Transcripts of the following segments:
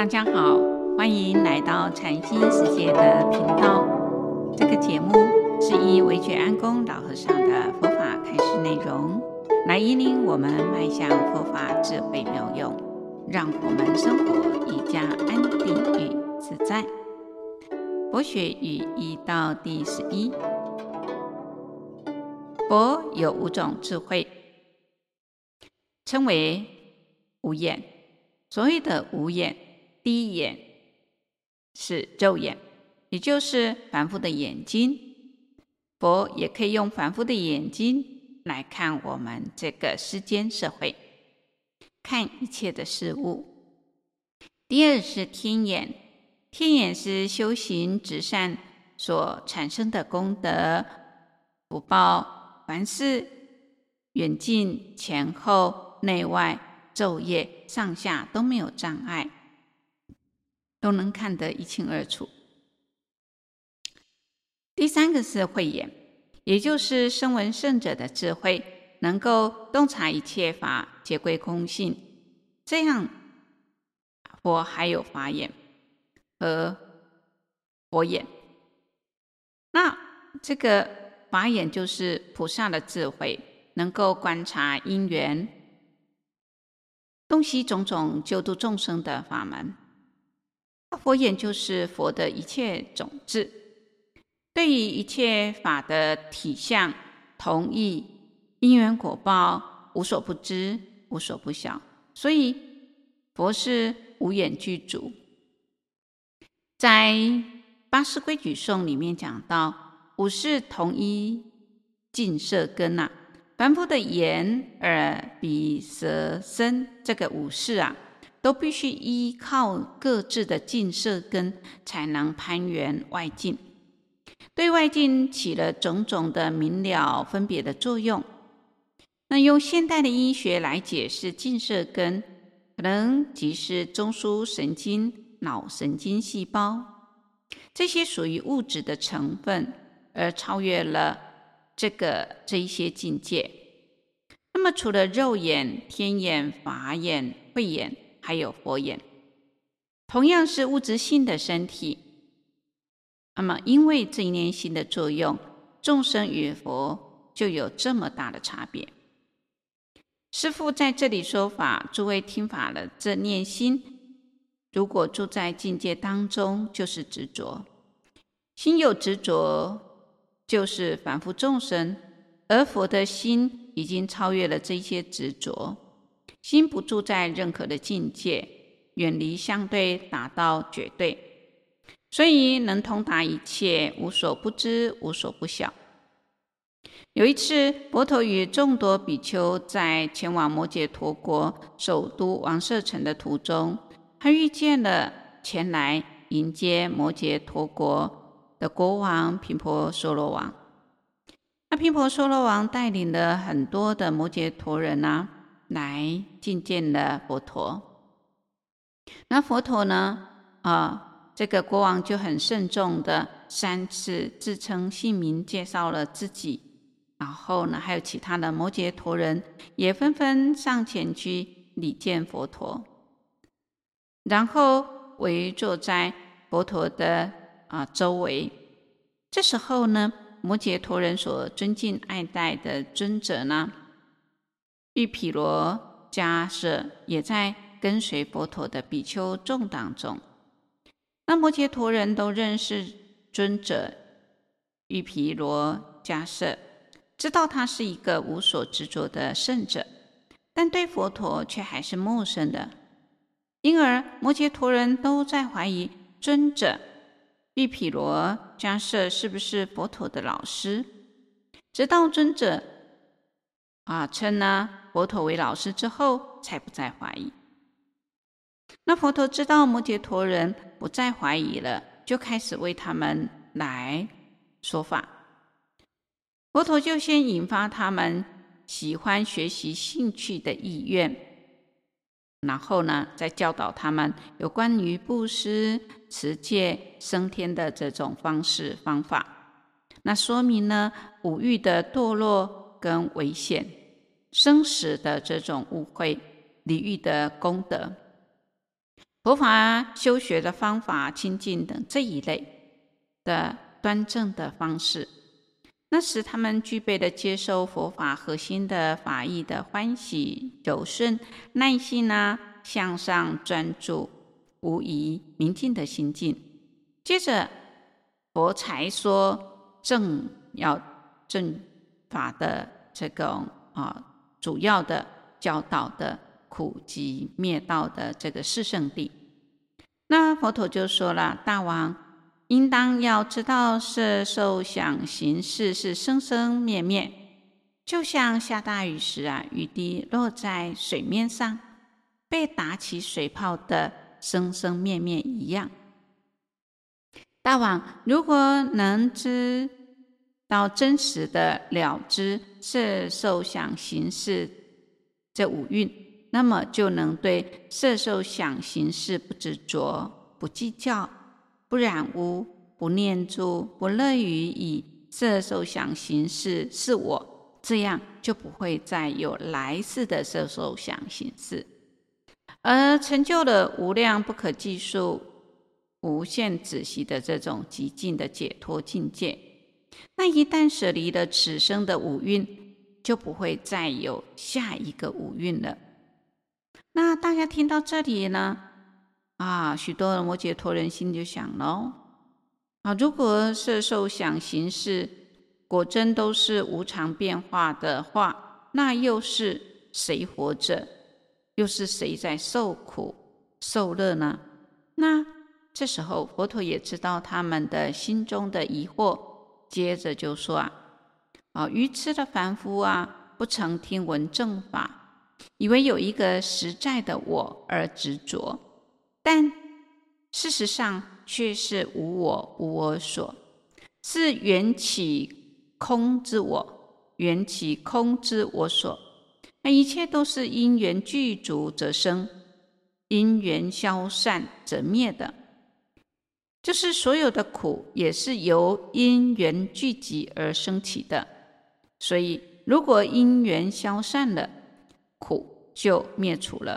大家好，欢迎来到禅心世界的频道。这个节目是以惟觉安公老和尚的佛法开示内容，来引领我们迈向佛法智慧妙用，让我们生活愈加安定与自在。佛学与一到第11。佛有5种智慧，称为无眼。所谓的无眼，第一眼是肉眼，也就是凡夫的眼睛。佛也可以用凡夫的眼睛来看我们这个世间社会，看一切的事物。第二是天眼，天眼是修行直善所产生的功德福报，凡事远近前后内外昼夜上下都没有障碍，都能看得一清二楚。第三个是慧眼，也就是声闻圣者的智慧，能够洞察一切法皆归空性。这样佛还有法眼和佛眼。那这个法眼就是菩萨的智慧，能够观察因缘，洞悉种种救度众生的法门。佛眼就是佛的一切种智，对于一切法的体相、同义、因缘果报，无所不知，无所不晓。所以佛是无眼具足。在八识规矩颂里面讲到，五识同一净色根啊，凡夫的眼、耳、鼻、舌、身这个五识啊，都必须依靠各自的净色根，才能攀缘外境，对外境起了种种的明了分别的作用。那用现代的医学来解释净色根，可能即是中枢神经、脑神经细胞，这些属于物质的成分，而超越了这一些境界。那么除了肉眼、天眼、法眼、慧眼，还有佛眼，同样是物质性的身体。那么因为这一念心的作用，众生与佛就有这么大的差别。师父在这里说法，诸位听法了，这念心如果住在境界当中，就是执着。心有执着，就是凡夫众生，而佛的心已经超越了这些执着，心不住在任何的境界，远离相对，达到绝对，所以能通达一切，无所不知，无所不晓。有一次，佛陀与众多比丘在前往摩羯陀国首都王舍城的途中，他遇见了前来迎接摩羯陀国的国王频婆娑罗王。那频婆娑罗王带领了很多的摩羯陀人来觐见了佛陀。那佛陀呢，这个国王就很慎重的3次自称姓名，介绍了自己。然后呢，还有其他的摩羯陀人也纷纷上前去礼见佛陀，然后围坐在佛陀的周围。这时候呢，摩羯陀人所尊敬爱戴的尊者呢，玉毗罗迦舍也在跟随佛陀的比丘众当中。那摩羯陀人都认识尊者玉毗罗迦舍，知道他是一个无所执着的圣者，但对佛陀却还是陌生的。因而摩羯陀人都在怀疑尊者玉毗罗迦舍是不是佛陀的老师。直到尊者称佛陀为老师之后，才不再怀疑。那佛陀知道摩羯陀人不再怀疑了，就开始为他们来说法。佛陀就先引发他们喜欢学习兴趣的意愿，然后呢，再教导他们有关于布施、持戒、升天的这种方式方法。那说明呢，五欲的堕落跟危险，生死的这种误会，离欲的功德。 佛法修学的方法、清净等这一类的端正的方式，那使他们具备了接受佛法核心的法义的欢喜、柔顺、耐心向上专注、无疑明净的心境。接着佛才说正法的这种主要的教导的苦集灭道的这个四圣谛。那佛陀就说了，大王应当要知道色受想行识是生生灭灭，就像下大雨时雨滴落在水面上被打起水泡的生生灭灭一样。大王如果能知到真实的了知色受想行识这五蕴，那么就能对色受想行识不执着、不计较、不染污、不念住、不乐于以色受想行识是我，这样就不会再有来世的色受想行识，而成就了无量不可计数、无限止息的这种极尽的解脱境界。那一旦舍离了此生的五蕴，就不会再有下一个五蕴了。那大家听到这里呢，许多摩羯陀人心就想了，如果色受想行识果真都是无常变化的话，那又是谁活着？又是谁在受苦受乐呢？那这时候佛陀也知道他们的心中的疑惑，接着就说愚痴的凡夫不曾听闻正法，以为有一个实在的我而执着，但事实上却是无我无我所，是缘起空之我，缘起空之我所。那一切都是因缘具足则生，因缘消散则灭的，就是所有的苦也是由因缘聚集而生起的。所以如果因缘消散了，苦就灭除了。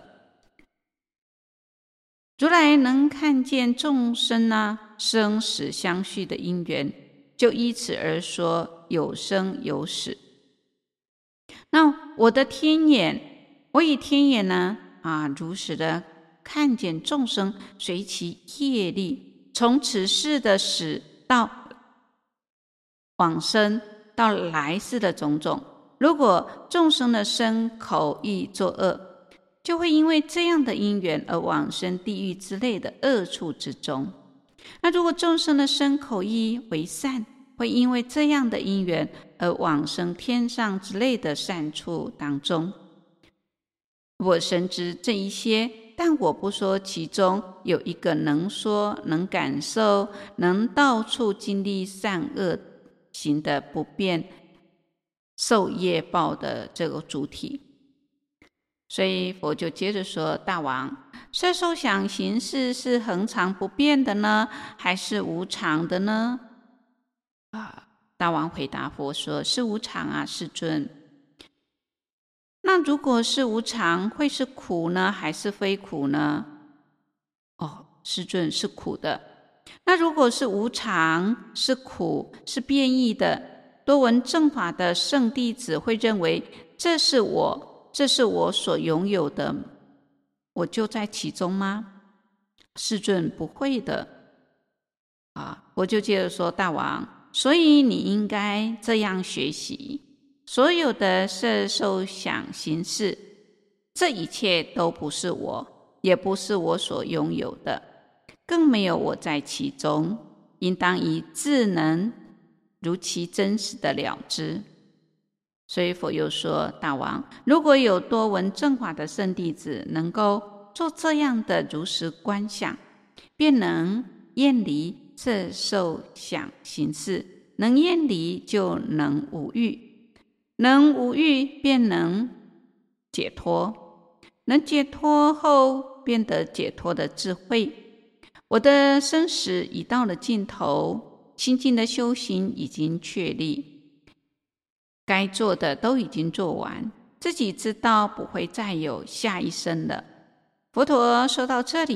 如来能看见众生生死相续的因缘，就依此而说有生有死。那我的天眼，我以天眼如实的看见众生随其业力，从此世的死到往生到来世的种种。如果众生的身口意作恶，就会因为这样的因缘而往生地狱之类的恶处之中。那如果众生的身口意为善，会因为这样的因缘而往生天上之类的善处当中。我深知这一些，但我不说其中有一个能说、能感受、能到处经历善恶行的不变受业报的这个主体。所以佛就接着说，大王，色受想行识是恒常不变的呢，还是无常的呢？大王回答佛说，是无常世尊。那如果是无常，会是苦呢，还是非苦呢？世尊，是苦的。那如果是无常，是苦，是变异的，多闻正法的圣弟子会认为这是我所拥有的，我就在其中吗？世尊，不会的。我就接着说，大王，所以你应该这样学习，所有的色受想行识，这一切都不是我，也不是我所拥有的，更没有我在其中，应当以智能如其真实的了知。所以佛又说，大王，如果有多闻正法的圣弟子能够做这样的如实观想，便能厌离色受想行识，能厌离就能无欲，能无欲便能解脱，能解脱后便得解脱的智慧。我的生死已到了尽头，清净的修行已经确立，该做的都已经做完，自己知道不会再有下一生了。佛陀说到这里，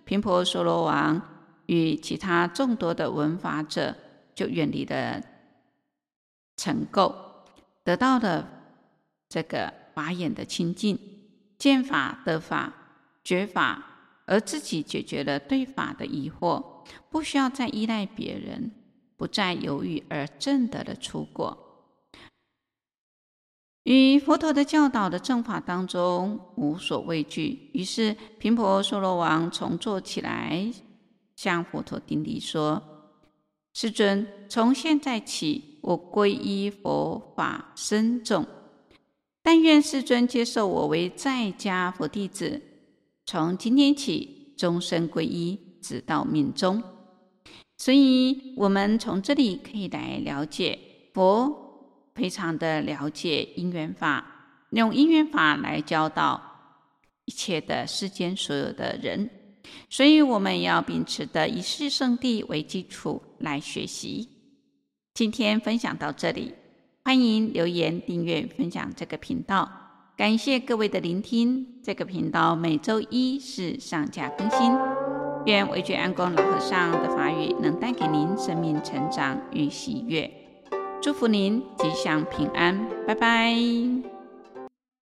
频婆娑罗王与其他众多的闻法者就远离了尘垢，得到了这个法眼的清净，见法得法觉法，而自己解决了对法的疑惑，不需要再依赖别人，不再犹豫，而证得了出果。于佛陀的教导的正法当中无所畏惧，于是频婆娑罗王从坐起来，向佛陀顶礼说：世尊，从现在起，我皈依佛法僧众，但愿世尊接受我为在家佛弟子，从今天起终身皈依，直到命终。所以我们从这里可以来了解，佛非常的了解因缘法，用因缘法来教导一切的世间所有的人，所以我们要秉持的以四圣谛为基础来学习。今天分享到这里，欢迎留言、订阅、分享这个频道，感谢各位的聆听。这个频道每周一是上架更新，愿惟觉安公老和尚的法语能带给您生命成长与喜悦，祝福您吉祥平安，拜拜。